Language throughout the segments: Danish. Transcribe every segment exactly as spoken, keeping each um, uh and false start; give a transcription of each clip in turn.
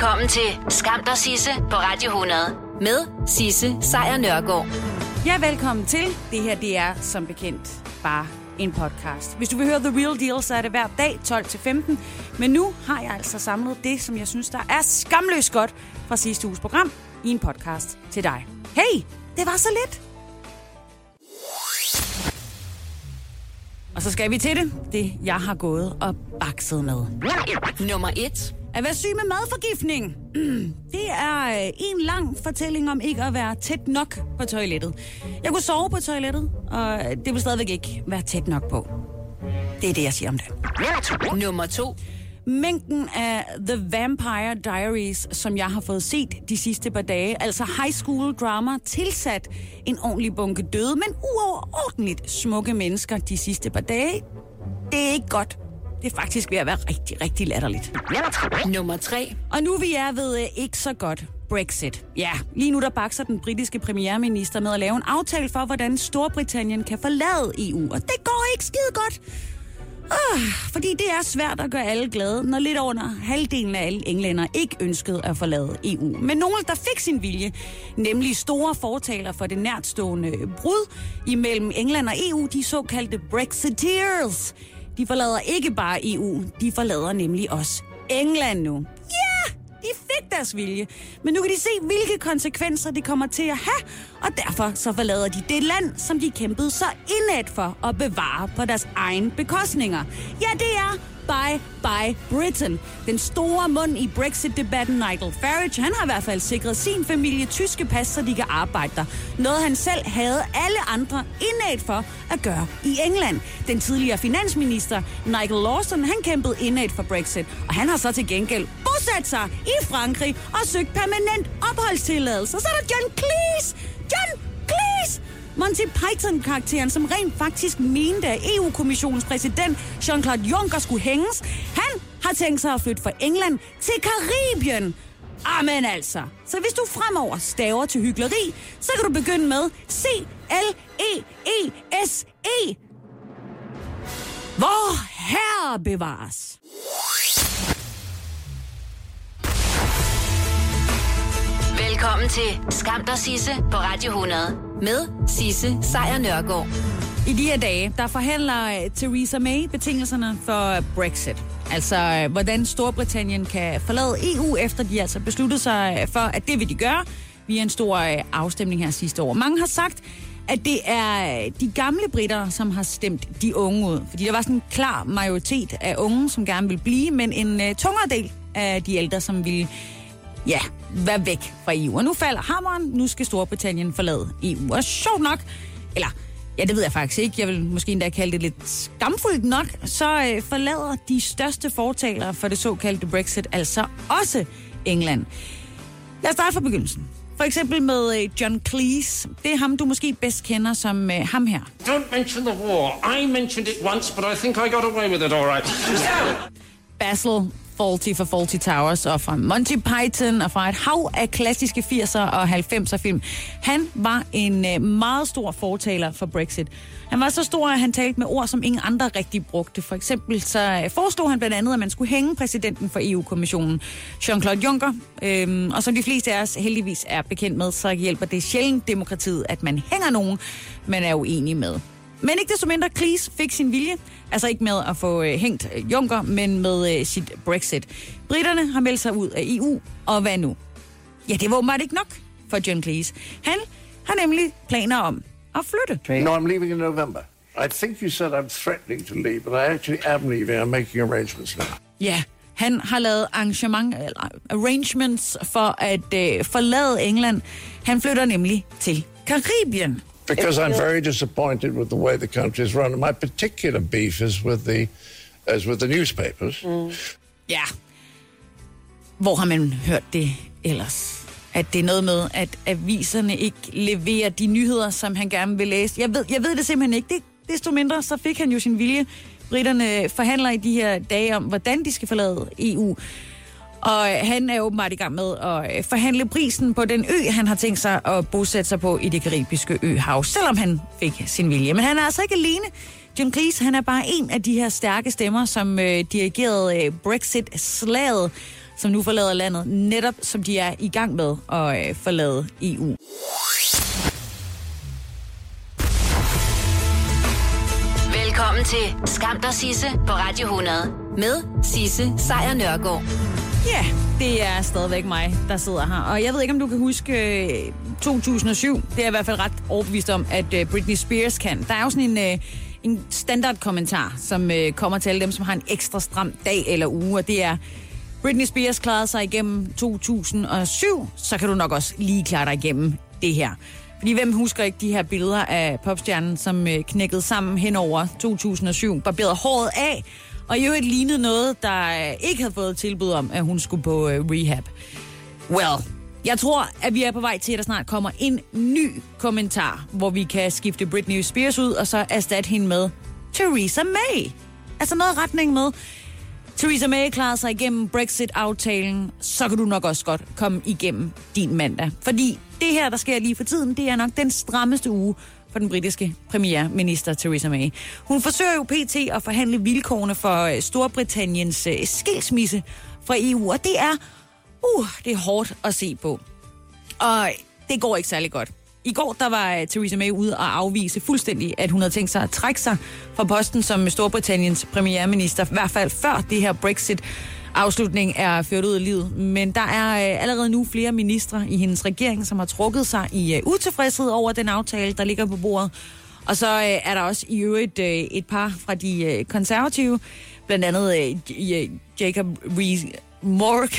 Velkommen til Skam dig Sisse på Radio hundrede med Sisse Sejr Nørgaard. Ja, velkommen til. Det her, det er som bekendt bare en podcast. Hvis du vil høre The Real Deal, så er det hver dag tolv til femten. Men nu har jeg altså samlet det, som jeg synes, der er skamløst godt fra sidste uges program i en podcast til dig. Hey, det var så lidt. Og så skal vi til det. Det, jeg har gået og bakset med. Nummer et. At være syg med madforgiftning. Det er en lang fortælling om ikke at være tæt nok på toilettet. Jeg kunne sove på toilettet, og det vil stadigvæk ikke være tæt nok på. Det er det, jeg siger om det. Nummer to. Mængden af The Vampire Diaries, som jeg har fået set de sidste par dage, altså high school drama, tilsat en ordentlig bunke døde, men uoverordentligt smukke mennesker de sidste par dage. Det er ikke godt. Det er faktisk ved at være rigtig, rigtig latterligt. Nummer tre. Og nu vi er ved uh, ikke så godt Brexit. Ja, lige nu der bakser den britiske premierminister med at lave en aftale for, hvordan Storbritannien kan forlade E U. Og det går ikke skide godt. Uh, fordi det er svært at gøre alle glade, når lidt under halvdelen af alle englænder ikke ønskede at forlade E U. Men nogle, der fik sin vilje, nemlig store fortaler for det nærtstående brud imellem England og E U, de såkaldte Brexiteers. De forlader ikke bare E U, de forlader nemlig også England nu. Ja, yeah, de fik deres vilje. Men nu kan de se, hvilke konsekvenser det kommer til at have. Og derfor så forlader de det land, som de kæmpede så indædt for at bevare på deres egen bekostninger. Ja, det er Bye Bye Britain. Den store mund i Brexit-debatten, Nigel Farage, han har i hvert fald sikret sin familie tyske pas, så de kan arbejde der. Noget han selv havde alle andre indædt for at gøre i England. Den tidligere finansminister, Nigel Lawson, han kæmpede indædt for Brexit. Og han har så til gengæld bosat sig i Frankrig og søgt permanent opholdstilladelse. Og så er der John Cleese! John Cleese! Monty Python-karakteren, som rent faktisk mente, at E U-kommissionens præsident Jean-Claude Juncker skulle hænges, han har tænkt sig at flytte fra England til Karibien. Amen altså. Så hvis du fremover staver til hykleri, så kan du begynde med C L E E S E. Hvor herre bevares. Velkommen til Skam dig Sisse på Radio hundrede med Sisse Sejr Nørgaard. I de her dage, der forhandler Theresa May betingelserne for Brexit. Altså, hvordan Storbritannien kan forlade E U, efter de altså besluttede sig for, at det vil de gøre via en stor afstemning her sidste år. Mange har sagt, at det er de gamle britter, som har stemt de unge ud. Fordi der var sådan en klar majoritet af unge, som gerne vil blive, men en uh, tungere del af de ældre, som vil ja, være væk fra E U. Og nu falder hammeren, nu skal Storbritannien forlade E U. Og sjovt nok, eller ja, det ved jeg faktisk ikke, jeg vil måske endda kalde det lidt skamfuldt nok, så øh, forlader de største fortalere for det såkaldte Brexit altså også England. Lad os starte fra begyndelsen. For eksempel med øh, John Cleese. Det er ham, du måske bedst kender som øh, ham her. Don't mention the war. I mentioned it once, but I think I got away with it all right. Basil Fawlty fra Fawlty Towers og fra Monty Python og fra et hav af klassiske firser og halvfemser film. Han var en øh, meget stor fortaler for Brexit. Han var så stor, at han talte med ord, som ingen andre rigtig brugte. For eksempel så forestod han blandt andet, at man skulle hænge præsidenten for E U-kommissionen, Jean-Claude Juncker. Øhm, og som de fleste af os heldigvis er bekendt med, så hjælper det sjældent demokratiet, at man hænger nogen, man er uenig med. Men ikke desto mindre, Cleese fik sin vilje. Altså ikke med at få øh, hængt Juncker, men med øh, sit Brexit. Briterne har meldt sig ud af E U, og hvad nu? Ja, det var åbenbart ikke nok for John Cleese. Han har nemlig planer om at flytte. No, I'm leaving in November. I think you said I'm threatening to leave, but I actually am leaving. I'm making arrangements now. Ja, han har lavet arrangement, eller arrangements for at øh, forlade England. Han flytter nemlig til Karibien. Because I'm very disappointed with the way the country is run. My particular beef is with the, is with the newspapers. Mm. Ja. Hvor har man hørt det ellers? At det er noget med, at aviserne ikke leverer de nyheder, som han gerne vil læse. Jeg ved, jeg ved det simpelthen ikke. Det, desto mindre, så fik han jo sin vilje. Briterne forhandler i de her dage om, hvordan de skal forlade E U. Og han er åbenbart i gang med at forhandle prisen på den ø, han har tænkt sig at bosætte sig på i det karibiske øhav, selvom han fik sin vilje. Men han er altså ikke alene. John Cleese, han er bare en af de her stærke stemmer, som øh, dirigerede øh, Brexit-slaget. som nu forlader landet, netop som de er i gang med at øh, forlade E U. Velkommen til Skam dig Sisse på Radio hundrede med Sisse Sejr Nørgaard. Ja, det er stadigvæk mig, der sidder her. Og jeg ved ikke, om du kan huske øh, to tusind og syv. Det er jeg i hvert fald ret overbevist om, at øh, Britney Spears kan. Der er jo sådan en, øh, en standardkommentar, som øh, kommer til alle dem, som har en ekstra stram dag eller uge. Og det er, Britney Spears klarede sig igennem to tusind og syv, så kan du nok også lige klare dig igennem det her. Fordi hvem husker ikke de her billeder af popstjernen, som øh, knækkede sammen hen over to tusind og syv, barberede håret af, og i øvrigt lignede noget, der øh, ikke havde fået tilbud om, at hun skulle på øh, rehab. Well, jeg tror, at vi er på vej til, at der snart kommer en ny kommentar, hvor vi kan skifte Britney Spears ud, og så erstatte hende med Theresa May. Altså noget retning med, Theresa May klarede sig igennem Brexit-aftalen, så kan du nok også godt komme igennem din mandag. Fordi det her, der sker lige for tiden, det er nok den strammeste uge for den britiske premierminister Theresa May. Hun forsøger jo pt. At forhandle vilkårene for Storbritanniens skilsmisse fra E U, og det er, uh, det er hårdt at se på. Og det går ikke særlig godt. I går der var Theresa May ude og afvise fuldstændig, at hun havde tænkt sig at trække sig fra posten som Storbritanniens premierminister, i hvert fald før det her Brexit-afslutning er ført ud af livet. Men der er allerede nu flere ministre i hendes regering, som har trukket sig i utilfredshed over den aftale, der ligger på bordet. Og så er der også i øvrigt et par fra de konservative, blandt andet Jacob Rees-Mogg.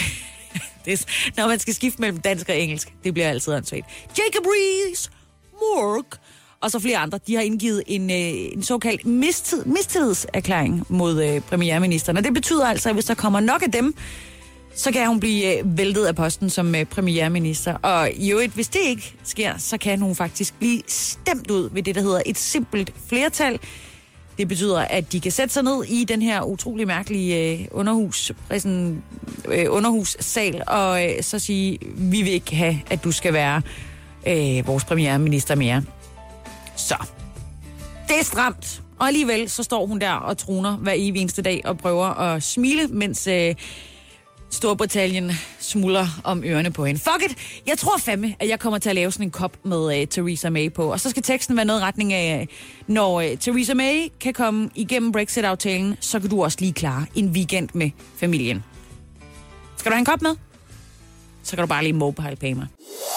Når man skal skifte mellem dansk og engelsk, det bliver altid ansvaret. Jacob Rees-Mogg og så flere andre, de har indgivet en, en såkaldt mistid, mistillidserklæring mod øh, premierministeren. Og det betyder altså, at hvis der kommer nok af dem, så kan hun blive øh, væltet af posten som øh, premierminister. Og i øvrigt, hvis det ikke sker, så kan hun faktisk blive stemt ud ved det, der hedder et simpelt flertal. Det betyder, at de kan sætte sig ned i den her utrolig mærkelige øh, underhus, sådan, øh, underhussal og øh, så sige, vi vil ikke have, at du skal være øh, vores premierminister mere. Så, det er stramt. Og alligevel så står hun der og troner hver evig eneste dag og prøver at smile, mens øh, Storbritannien smuldrer om ørerne på hende. Fuck it! Jeg tror fandme, at jeg kommer til at lave sådan en kop med øh, Theresa May på. Og så skal teksten være noget i retning af, øh, når øh, Theresa May kan komme igennem Brexit-aftalen, så kan du også lige klare en weekend med familien. Skal du have en kop med? Så kan du bare lige mobile pay mig.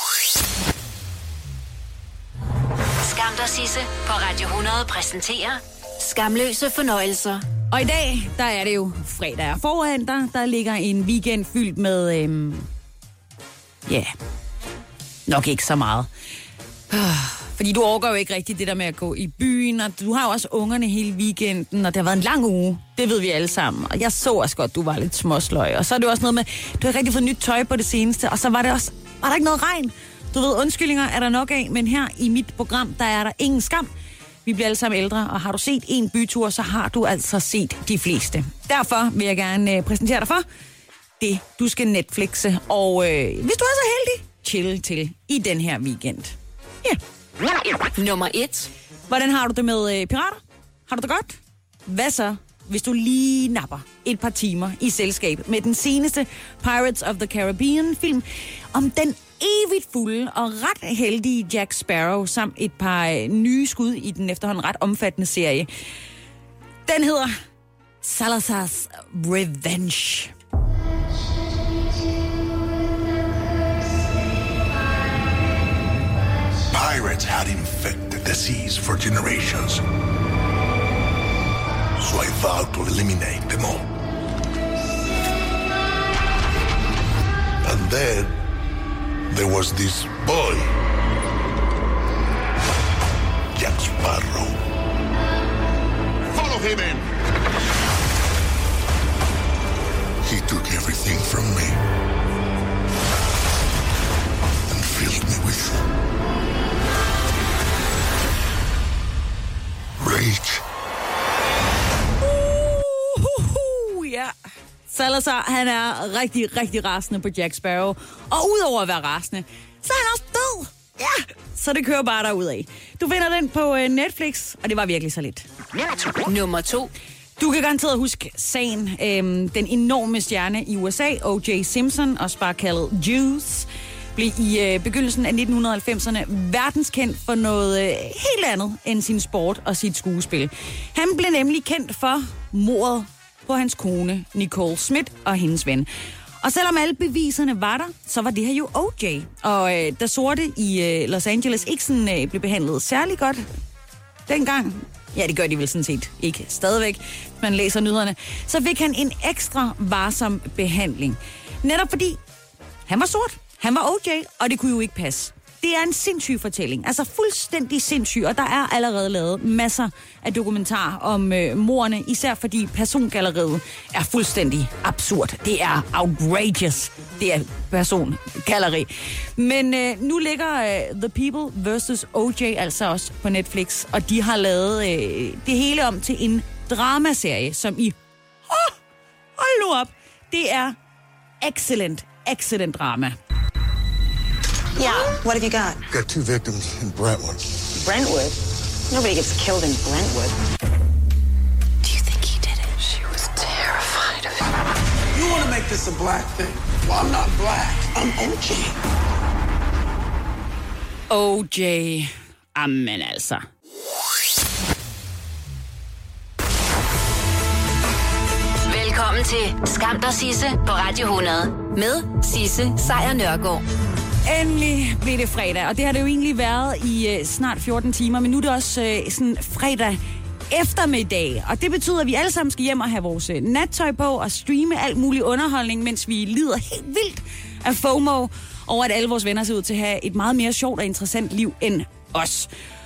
Skam dig Sisse på Radio hundrede præsenterer Skamløse fornøjelser. Og i dag, der er det jo fredag, og foran dig, der ligger en weekend fyldt med, øhm, ja, yeah, nok ikke så meget. Fordi du overgår jo ikke rigtigt det der med at gå i byen, og du har jo også ungerne hele weekenden, og det har været en lang uge, det ved vi alle sammen. Og jeg så også godt, du var lidt småsløj. Og så er det jo også noget med, du har ikke rigtig fået nyt tøj på det seneste, og så var det også, var der ikke noget regn. Du ved, undskyldninger er der nok af, men her i mit program, der er der ingen skam. Vi bliver alle sammen ældre, og har du set en bytur, så har du altså set de fleste. Derfor vil jeg gerne øh, præsentere dig for det, du skal Netflixe. Og øh, hvis du er så heldig, chill til i den her weekend. Ja. Nummer et. Hvordan har du det med øh, pirater? Har du det godt? Hvad så, hvis du lige napper et par timer i selskab med den seneste Pirates of the Caribbean-film om den evigt fulde og ret heldige Jack Sparrow, samt et par nye skud i den efterhånden ret omfattende serie. Den hedder Salazar's Revenge. Pirates had infected the seas for generations. So I vowed to eliminate them all. And then there was this boy, Jack Sparrow. Follow him in. He took everything from me and filled me with rage. Uh, ja. Salazar, han er rigtig, rigtig rasende på Jack Sparrow. Og udover at være rasende, så er han også død. Ja, så det kører bare derudad. Du finder den på Netflix, og det var virkelig så lidt. Nummer to. Du kan garanteret huske sagen. Øhm, den enorme stjerne i U S A, O J Simpson, også bare kaldet Juice, blev i øh, begyndelsen af nitten halvfemserne verdenskendt for noget øh, helt andet end sin sport og sit skuespil. Han blev nemlig kendt for mordet på hans kone, Nicole Smith, og hendes ven. Og selvom alle beviserne var der, så var det her jo O J. Og øh, da sorte i øh, Los Angeles ikke sådan, øh, blev behandlet særlig godt dengang, ja, det gør de vel sådan set ikke stadigvæk, hvis man læser nyhederne, så fik han en ekstra varsom behandling. Netop fordi han var sort, han var O J, og det kunne jo ikke passe. Det er en sindssyg fortælling, altså fuldstændig sindssyg, og der er allerede lavet masser af dokumentarer om øh, mordene, især fordi persongalleriet er fuldstændig absurd. Det er outrageous, det er persongalleri. Men øh, nu ligger øh, The People versus O J altså også på Netflix, og de har lavet øh, det hele om til en dramaserie, som i... Oh, hold nu op! Det er excellent, excellent drama. Yeah, what have you got? Got two victims in Brentwood. Brentwood? Nobody gets killed in Brentwood. Do you think he did it? She was terrified of him. You want to make this a black thing? Well, I'm not black. I'm O J. O J. Amen altså. Velkommen til Skam dig Sisse på Radio hundrede med Sisse Sejr Nørgaard. Endelig blev det fredag, og det har det jo egentlig været i øh, snart fjorten timer, men nu er det også øh, sådan fredag eftermiddag, og det betyder, at vi alle sammen skal hjem og have vores øh, nattøj på og streame alt mulig underholdning, mens vi lider helt vildt af FOMO over, at alle vores venner ser ud til at have et meget mere sjovt og interessant liv end os.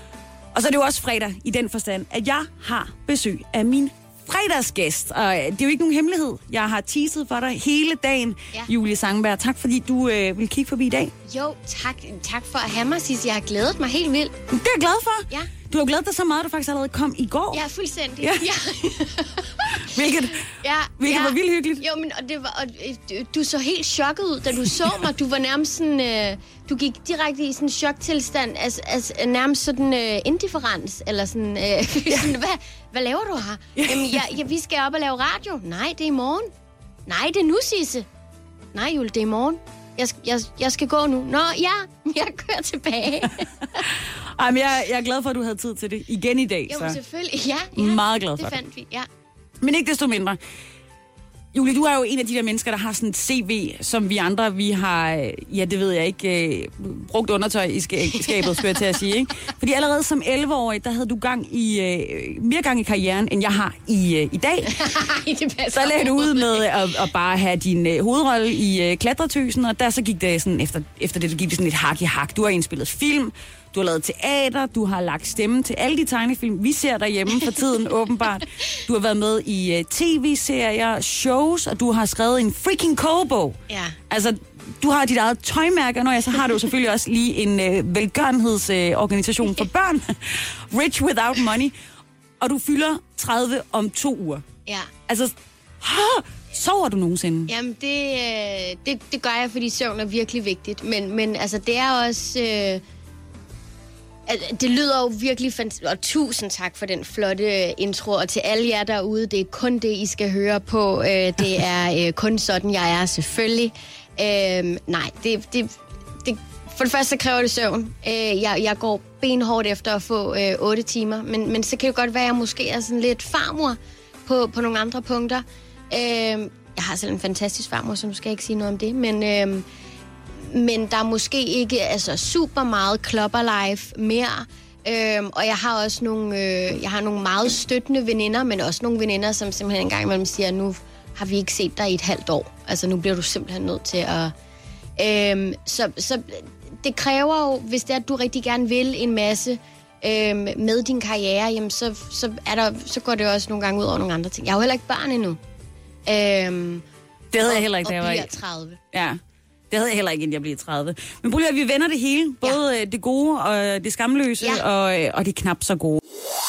Og så er det jo også fredag i den forstand, at jeg har besøg af min fredagsgæst, og det er jo ikke nogen hemmelighed. Jeg har teaset for dig hele dagen, ja. Julie Sangberg. Tak fordi du øh, vil kigge forbi i dag. Jo, tak. Tak for at have mig, Sisse. Jeg har glædet mig helt vildt. Det er jeg glad for. Ja. Du har glædet dig så meget, at du faktisk allerede kom i går. Ja, fuldstændig. Ja. Ja. hvilket ja, hvilket ja. var vildt hyggeligt. Jo, men og det var, og, du så helt chokket ud, da du så mig. Du var nærmest sådan... Øh, du gik direkte i sådan en choktilstand, altså, altså nærmest sådan øh, indifferens, eller sådan... Øh, ja. sådan hvad, hvad laver du her? Ja. Jamen, ja, ja, vi skal op og lave radio. Nej, det er i morgen. Nej, det er nu, Sisse. Nej, Julie, det er i morgen. Jeg, jeg, jeg skal gå nu. Nå, ja, jeg kører tilbage. Jamen, jeg, jeg er glad for, at du havde tid til det igen i dag. Jo, så. selvfølgelig. Ja, ja. Meget glad for det. fandt vi, ja. Men ikke desto mindre. Julie, du er jo en af de der mennesker, der har sådan et C V, som vi andre, vi har, ja, det ved jeg ikke, brugt undertøj i skabet, skulle jeg til at sige, ikke? Fordi allerede som elleve-årig, der havde du gang i, mere gang i karrieren, end jeg har i, i dag. Så lagde du ud med at, at bare have din hovedrolle i Klatretøsen, og der så gik det sådan, efter, efter det, så gik det sådan et hak i hak. Du har indspillet film, du har lavet teater, du har lagt stemme til alle de tegnefilm, vi ser derhjemme for tiden, åbenbart. Du har været med i uh, tv-serier, shows, og du har skrevet en freaking kogebog. Ja. Altså, du har dit eget tøjmærke, og når jeg så har du selvfølgelig også lige en uh, velgørenhedsorganisation uh, for børn, Rich Without Money, og du fylder tredive om to uger. Ja. Altså, huh, sover du nogensinde? Jamen, det, øh, det, det gør jeg, fordi søvn er virkelig vigtigt, men, men altså, det er også... Øh, det lyder jo virkelig fantastisk, og tusind tak for den flotte intro, og til alle jer derude, det er kun det, I skal høre på. Det er kun sådan, jeg er selvfølgelig. Øhm, nej, det, det, det, for det første så kræver det søvn. Jeg, jeg går benhårdt efter at få øh, otte timer, men, men så kan det godt være, at jeg måske er sådan lidt farmor på, på nogle andre punkter. Øhm, jeg har selv en fantastisk farmor, så nu skal jeg ikke sige noget om det, men... Øhm, Men der er måske ikke altså, super meget Clubber Life mere. Øhm, og jeg har også nogle, øh, jeg har nogle meget støttende veninder, men også nogle veninder, som simpelthen en gang imellem siger, nu har vi ikke set dig i et halvt år. Altså nu bliver du simpelthen nødt til at... Øhm, så, så det kræver jo, hvis det er, at du rigtig gerne vil en masse øhm, med din karriere, jamen så, så, er der, så går det også nogle gange ud over nogle andre ting. Jeg har jo heller ikke børn endnu. Øhm, det havde jeg heller ikke, da jeg var... Og bliver tredive. Ja. Det havde jeg heller ikke, inden jeg blev tredive. Men prøv lige at vi vender det hele. Både ja. det gode og det skamløse, ja. og, og det knap så gode.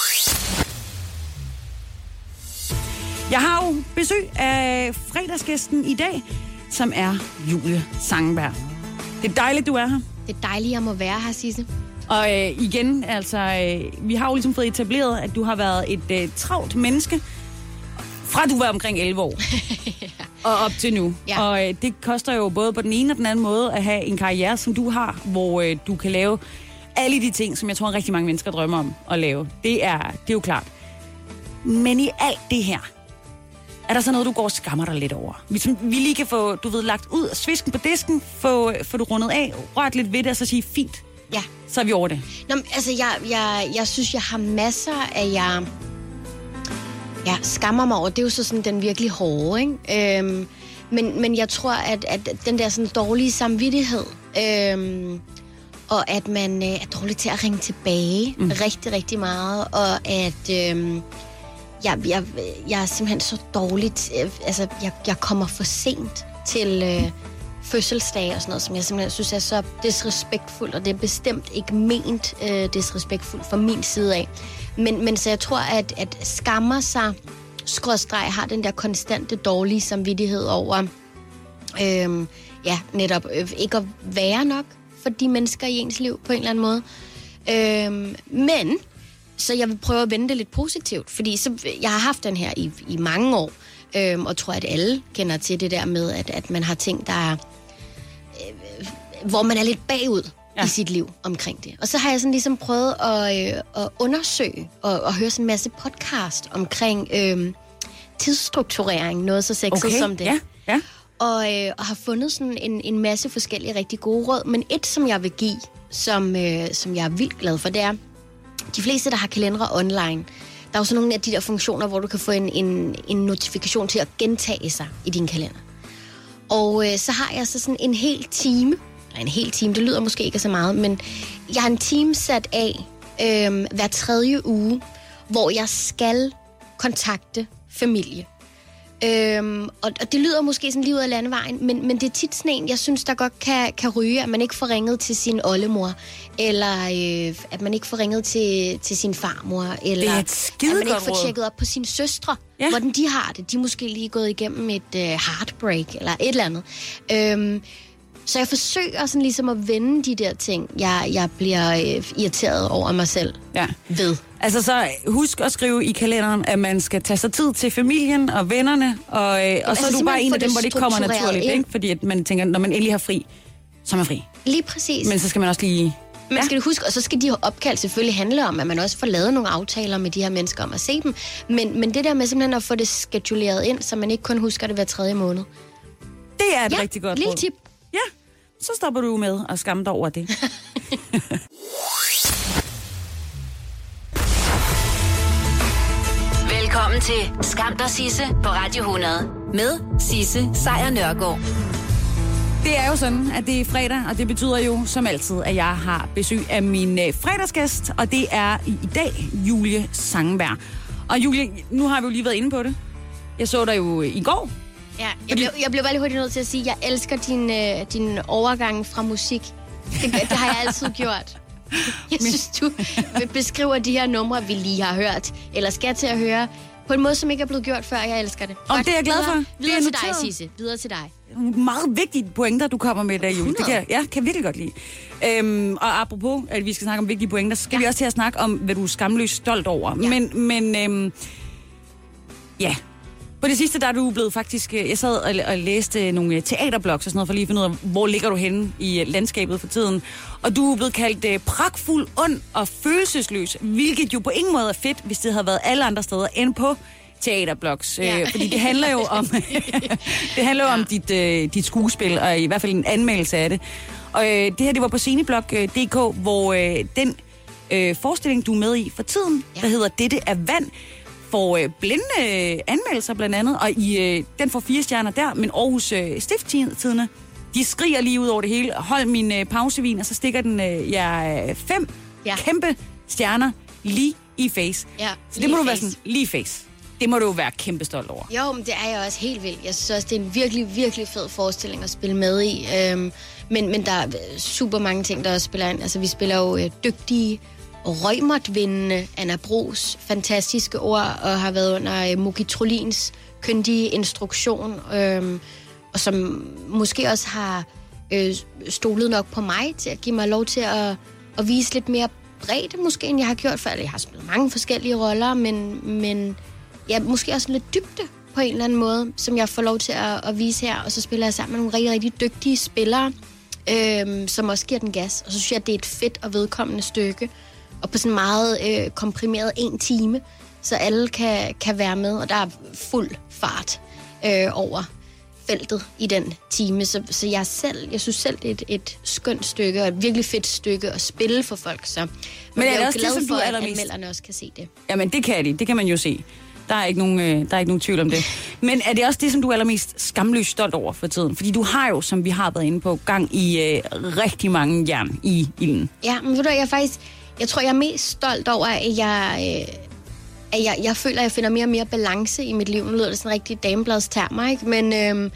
Jeg har jo besøg af fredagsgæsten i dag, som er Julie Sangberg. Det er dejligt, du er her. Det er dejligt, jeg må være her, Sisse. Og øh, igen, altså, øh, vi har jo ligesom fået etableret, at du har været et øh, travlt menneske. Fra du var omkring elleve år ja. og op til nu. Ja. Og øh, det koster jo både på den ene og den anden måde at have en karriere, som du har, hvor øh, du kan lave alle de ting, som jeg tror rigtig mange mennesker drømmer om at lave. Det er, det er jo klart. Men i alt det her, er der så noget, du går og skammer dig lidt over? Hvis vi lige kan få, du ved, lagt ud af svisken på disken, få, få du rundet af, rørt lidt ved det, og så sige, fint, ja. Så er vi over det. Nå, altså, jeg, jeg, jeg synes, jeg har masser af, jeg, jeg skammer mig over. Det er jo så sådan den virkelig hårde, ikke? Øhm, men, men jeg tror, at, at den der sådan dårlige samvittighed, øhm, og at man øh, er dårlig til at ringe tilbage mm. rigtig, rigtig meget, og at øhm, jeg, jeg, jeg er simpelthen så dårligt, øh, altså jeg, jeg kommer for sent til øh, fødselsdage og sådan noget, som jeg simpelthen synes er så disrespektfuldt, og det er bestemt ikke ment øh, disrespektfuldt fra min side af. Men, men så jeg tror, at, at skammer sig, skråstreg, har den der konstante dårlige samvittighed over, øh, ja, netop øh, ikke at være nok for de mennesker i ens liv på en eller anden måde. Øhm, men, så jeg vil prøve at vende det lidt positivt, fordi så, jeg har haft den her i, i mange år, øhm, og tror, at alle kender til det der med, at, at man har ting, der er, øh, hvor man er lidt bagud ja. I sit liv omkring det. Og så har jeg sådan ligesom prøvet at, øh, at undersøge og, og høre sådan en masse podcast omkring øh, tidsstrukturering, noget så sexet okay. som det. Ja, ja. Og, øh, og har fundet sådan en, en masse forskellige rigtig gode råd. Men et, som jeg vil give, som, øh, som jeg er vildt glad for, det er, de fleste, der har kalendere online, der er jo sådan nogle af de der funktioner, hvor du kan få en, en, en notifikation til at gentage sig i din kalender. Og øh, så har jeg så sådan en hel time, eller en hel time, det lyder måske ikke så meget, men jeg har en time sat af øh, hver tredje uge, hvor jeg skal kontakte familie. Øhm, og, og det lyder måske sådan lige ud af landevejen, men, men det er tit sådan en, jeg synes, der godt kan, kan ryge, at man ikke får ringet til sin oldemor, eller øh, at man ikke får ringet til, til sin farmor, eller at man ikke får tjekket op på sine søstre, ja. Hvordan de har det. De er måske lige gået igennem et øh, heartbreak, eller et eller andet. Øhm, så jeg forsøger sådan ligesom at vende de der ting, jeg, jeg bliver øh, irriteret over mig selv ja. Ved. Altså så husk at skrive i kalenderen, at man skal tage sig tid til familien og vennerne, og, øh, og altså, så er du bare en af dem, hvor det kommer naturligt, ikke? Fordi at man tænker, når man endelig har fri, så er man fri. Lige præcis. Men så skal man også lige... Man ja. skal det huske, og så skal de her opkald selvfølgelig handle om, at man også får lavet nogle aftaler med de her mennesker om at se dem. Men, men det der med simpelthen at få det skeduleret ind, så man ikke kun husker det hver tredje måned. Det er et ja, rigtig godt lille råd. tip. Ja, så stopper du med at skamme dig over det. Velkommen til Skam dig Sisse på Radio hundrede med Sisse Sejr Nørgaard. Det er jo sådan, at det er fredag, og det betyder jo som altid, at jeg har besøg af min øh, fredagsgæst, og det er i, i dag Julie Sangberg. Og Julie, nu har vi jo lige været inde på det. Jeg så dig jo i går. Ja, jeg blev, jeg blev bare lige hurtigt nødt til at sige, at jeg elsker din, øh, din overgang fra musik. Det, det har jeg altid gjort. Jeg synes, du beskriver de her numre, vi lige har hørt, eller skal til at høre, på en måde, som ikke er blevet gjort før. Jeg elsker det. Og det er jeg glad for. Videre, videre til dig, Sisse. Videre til dig. Meget vigtige pointer, du kommer med der, Julie. Det kan jeg, ja, kan jeg virkelig godt lide. Øhm, og apropos, at vi skal snakke om vigtige pointer, så skal ja. vi også til at snakke om, hvad du er skamløst stolt over. Ja. Men, men øhm, ja... På det sidste, der er du blevet faktisk... Jeg sad og, og læste nogle teaterblogs og sådan noget, for lige at finde ud af, hvor ligger du henne i landskabet for tiden. Og du er blevet kaldt uh, pragtfuld, ond og følelsesløs, hvilket jo på ingen måde er fedt, hvis det havde været alle andre steder end på teaterblogs. Ja. Uh, fordi det handler jo om, det handler jo ja. om dit, uh, dit skuespil, og i hvert fald en anmeldelse af det. Og uh, det her, det var på sceneblog punktum d k, hvor uh, den uh, forestilling, du er med i for tiden, ja. der hedder Dette er vand, får øh, blinde øh, anmeldelser blandt andet, og i, øh, den får fire stjerner der, men Aarhus øh, Stiftstidende, de skriger lige ud over det hele. Hold min øh, pausevin, og så stikker den øh, ja, fem ja. kæmpe stjerner lige i face. Ja, så det må du face. være sådan, lige face. Det må du jo være kæmpe stolt over. Jo, men det er jeg også helt vildt. Jeg synes også, det er en virkelig, virkelig fed forestilling at spille med i. Øhm, men, men der er super mange ting, der også spiller ind. Altså, vi spiller jo øh, dygtige Reumert-vindende Anna Bros fantastiske ord, og har været under øh, Mugi Trolins kyndige instruktion, øh, og som måske også har øh, stolet nok på mig til at give mig lov til at, at vise lidt mere bredde, måske, end jeg har gjort før. Jeg har spillet mange forskellige roller, men, men ja, måske også lidt dybde på en eller anden måde, som jeg får lov til at, at vise her. Og så spiller jeg sammen med nogle rigtig, rigtig dygtige spillere, øhm, som også giver den gas. Og så synes jeg, at det er et fedt og vedkommende stykke. Og på sådan meget øh, komprimeret en time, så alle kan, kan være med. Og der er fuld fart øh, over feltet i den time. Så, så jeg selv, jeg synes selv, det er et, et skønt stykke, og et virkelig fedt stykke at spille for folk. Så men er jeg det er også glad det, som for, du at allermest... anmelderne også kan se det. Jamen, det kan de. Det kan man jo se. Der er ikke nogen, øh, der er ikke nogen tvivl om det. Men er det også det, som du er allermest skamløst stolt over for tiden? Fordi du har jo, som vi har været inde på, gang i øh, rigtig mange jern i ilden. Ja, men ved du, jeg er faktisk... Jeg tror, jeg er mest stolt over, at jeg... Øh, at jeg, jeg føler, at jeg finder mere og mere balance i mit liv. Nu lyder det sådan rigtig damebladstermer, ikke? Men, øh,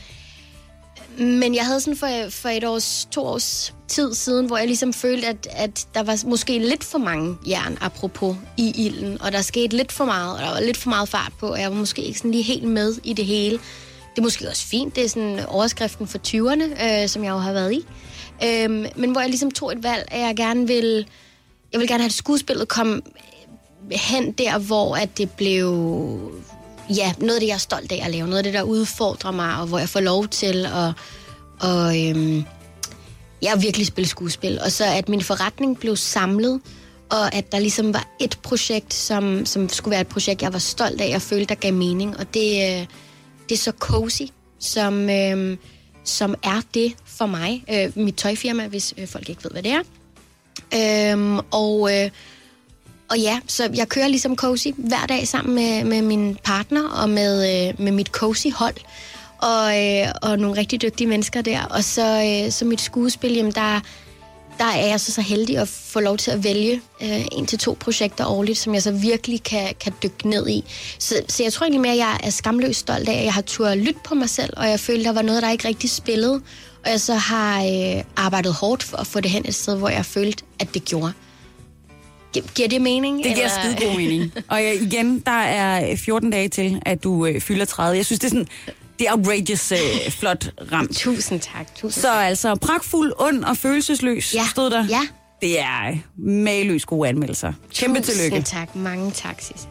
men jeg havde sådan for, for et års, to års tid siden, hvor jeg ligesom følte, at, at der var måske lidt for mange jern, apropos, i ilden. Og der skete lidt for meget, og der var lidt for meget fart på, og jeg var måske ikke sådan lige helt med i det hele. Det er måske også fint. Det er sådan overskriften for tyverne, øh, som jeg jo har været i. Øh, men hvor jeg ligesom tog et valg, at jeg gerne vil... Jeg vil gerne have, at skuespillet kom hen der, hvor at det blev ja, noget af det, jeg er stolt af at lave. Noget af det, der udfordrer mig, og hvor jeg får lov til at og, øhm, jeg virkelig spille skuespil. Og så at min forretning blev samlet, og at der ligesom var et projekt, som, som skulle være et projekt, jeg var stolt af, og følte, der gav mening. Og det, øh, det er så Cozy, som, øh, som er det for mig. Øh, mit tøjfirma, hvis øh, folk ikke ved, hvad det er. Øhm, og, øh, og ja, så jeg kører ligesom Cozy hver dag sammen med, med min partner og med, øh, med mit Cozy-hold og, øh, og nogle rigtig dygtige mennesker der. Og så, øh, så mit skuespil, jamen der, der er jeg så, så heldig at få lov til at vælge øh, en til to projekter årligt, som jeg så virkelig kan, kan dykke ned i. Så, så jeg tror egentlig mere, at jeg er skamløst stolt af, at jeg har turde lytte på mig selv, og jeg følte, der var noget, der ikke rigtig spillede. Og jeg så har øh, arbejdet hårdt for at få det hen et sted, hvor jeg følte, at det gjorde. Gi- giver det mening? Det giver skide god mening. Og øh, igen, der er fjorten dage til, at du øh, fylder tredive. Jeg synes, det er sådan... Det er outrageous øh, flot ramt. Tusind tak. Tusind så tak. altså, pragtfuld, ond og følelsesløs, ja. stod der. Ja. Det er mageløs gode anmeldelser. Kæmpe Tusind tillykke. Tusind tak. Mange tak, Sisse.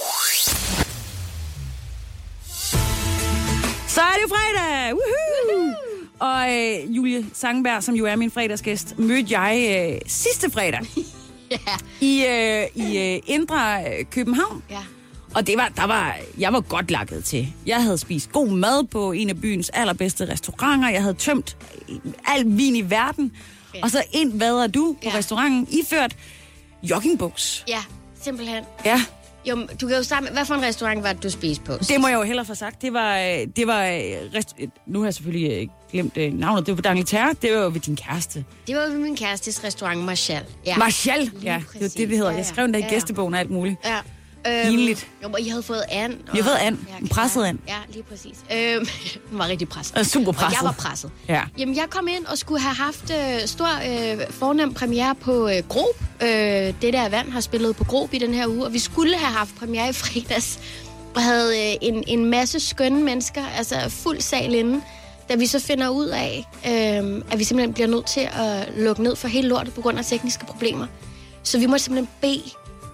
Så er det fredag! Woohoo! Og øh, Julie Sangberg, som jo er min fredagsgæst, mødte jeg øh, sidste fredag ja. i, øh, i øh, Indre København. Ja. Og det var, der var, jeg var godt lakket til. Jeg havde spist god mad på en af byens allerbedste restauranter. Jeg havde tømt al vin i verden. Ja. Og så ind vader du på ja. restauranten, iført joggingbuks. Ja, simpelthen. Ja. Jo, du kan jo starte med, hvad for en restaurant var det, du spiste på? Det må jeg jo hellere få sagt. Det var, det var rest... nu har jeg selvfølgelig glemt navnet. Det var på D'Angleterre. Det var jo ved din kæreste. Det var ved min kærestes restaurant, Marshall. Ja. Marshall? Ja, det var det, det hedder. Ja, ja. Jeg skrev den der i ja, ja. gæstebogen og alt muligt. Ja. Pinligt. Øhm, jo, og I havde fået and. Vi havde fået and. En presset and. Ja, lige præcis. Øhm, den var rigtig presset. Og super presset. Og jeg var presset. Ja. Jamen, jeg kom ind og skulle have haft øh, stor øh, fornem premiere på øh, Grob. Øh, det der vand har spillet på Grob i den her uge, og vi skulle have haft premiere i fredags. Og havde øh, en, en masse skønne mennesker, altså fuld sal inde. Da vi så finder ud af, øh, at vi simpelthen bliver nødt til at lukke ned for hele lortet på grund af tekniske problemer. Så vi måtte simpelthen bede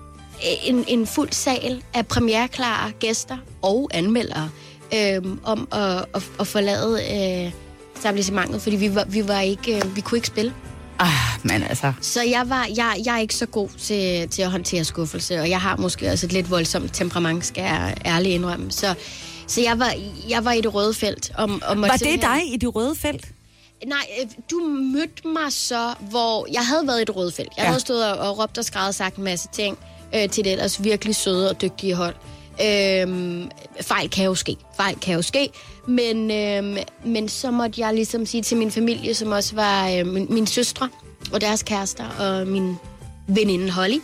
En, en fuld sal af premiereklare gæster og anmeldere øhm, om at, at, at forlade øh, etablissementet, fordi vi var, vi var ikke, øh, vi kunne ikke spille. Ah, men altså. Så jeg, var, jeg, jeg er ikke så god til, til at håndtere skuffelse, og jeg har måske også et lidt voldsomt temperament, skal jeg ærligt indrømme. Så, så jeg, var, jeg var i det røde felt. Om, om var det dig i det røde felt? Nej, du mødte mig så, hvor jeg havde været i det røde felt. Jeg ja. havde stået og, og råbt og skrevet og sagt en masse ting øh, til det ellers virkelig søde og dygtige hold. Øhm, fejl kan jo ske. Fejl kan jo ske. Men, øhm, men så måtte jeg ligesom sige til min familie, som også var øh, min, mine søstre og deres kærester og min veninde Holly,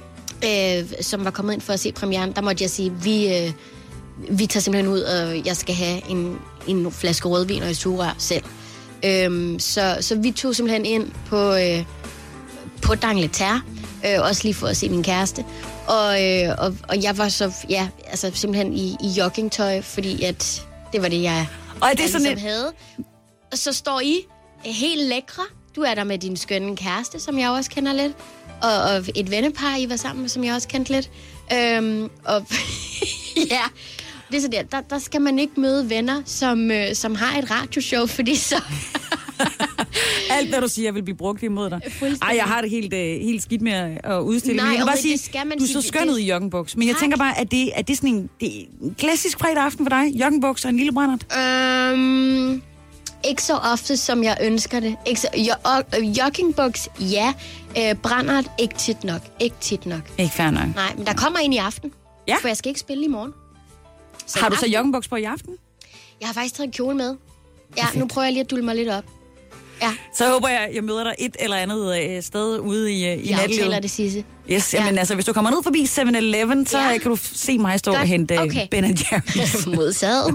øh, som var kommet ind for at se premieren, der måtte jeg sige, vi, øh, vi tager simpelthen ud, og jeg skal have en, en flaske rødvin og et sugerør selv. Øhm, så, så vi tog simpelthen ind på, øh, på D'Angleterre, øh, også lige for at se min kæreste. Og, øh, og, og jeg var så ja, altså simpelthen i, i joggingtøj, fordi at det var det, jeg, og det jeg sådan ligesom et... havde. Og så står I helt lækre. Du er der med din skønne kæreste, som jeg også kender lidt. Og, og et vennepar, I var sammen med, som jeg også kendte lidt. Øhm, og Ja, det er så der. der. Der skal man ikke møde venner, som, øh, som har et radioshow, fordi så... Alt, hvad du siger, vil blive brugt imod dig. Ej, jeg har det helt, øh, helt skidt med at udstille. Nej, men jeg kan bare det sige, skal man du sige. så skøn Det- ud i joggenbuks. Men jeg Tak. tænker bare, at det, er det sådan en, det er en klassisk fredag aften for dig? Joggenbuks og en lille brændert? Øhm, ikke så ofte, som jeg ønsker det. Ikke så, jo, øh, joggingbuks, ja. Øh, brændert, ikke tit nok. Ikke tit nok. Ikke fair nok. Nej, men der kommer en i aften. Ja. For jeg skal ikke spille i morgen. Så Har i du så aften- joggenbuks på i aften? Jeg har faktisk taget kjole med. Ja, nu prøver jeg lige at dulle mig lidt op. Ja, Så håber jeg, jeg møder dig et eller andet øh, sted ude i, øh, i jeg nattelivet. aftaler det, Sisse. Yes, Ja. jamen altså, hvis du kommer ned forbi seven eleven, så Ja. ja. kan du f- se mig stå Godt. og hente øh, Okay. Ben and Jerry's. Modsaget.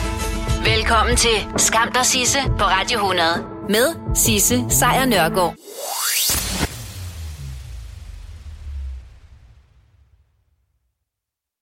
Velkommen til Skam dig Sisse på Radio hundrede med Sisse Sejr Nørgaard.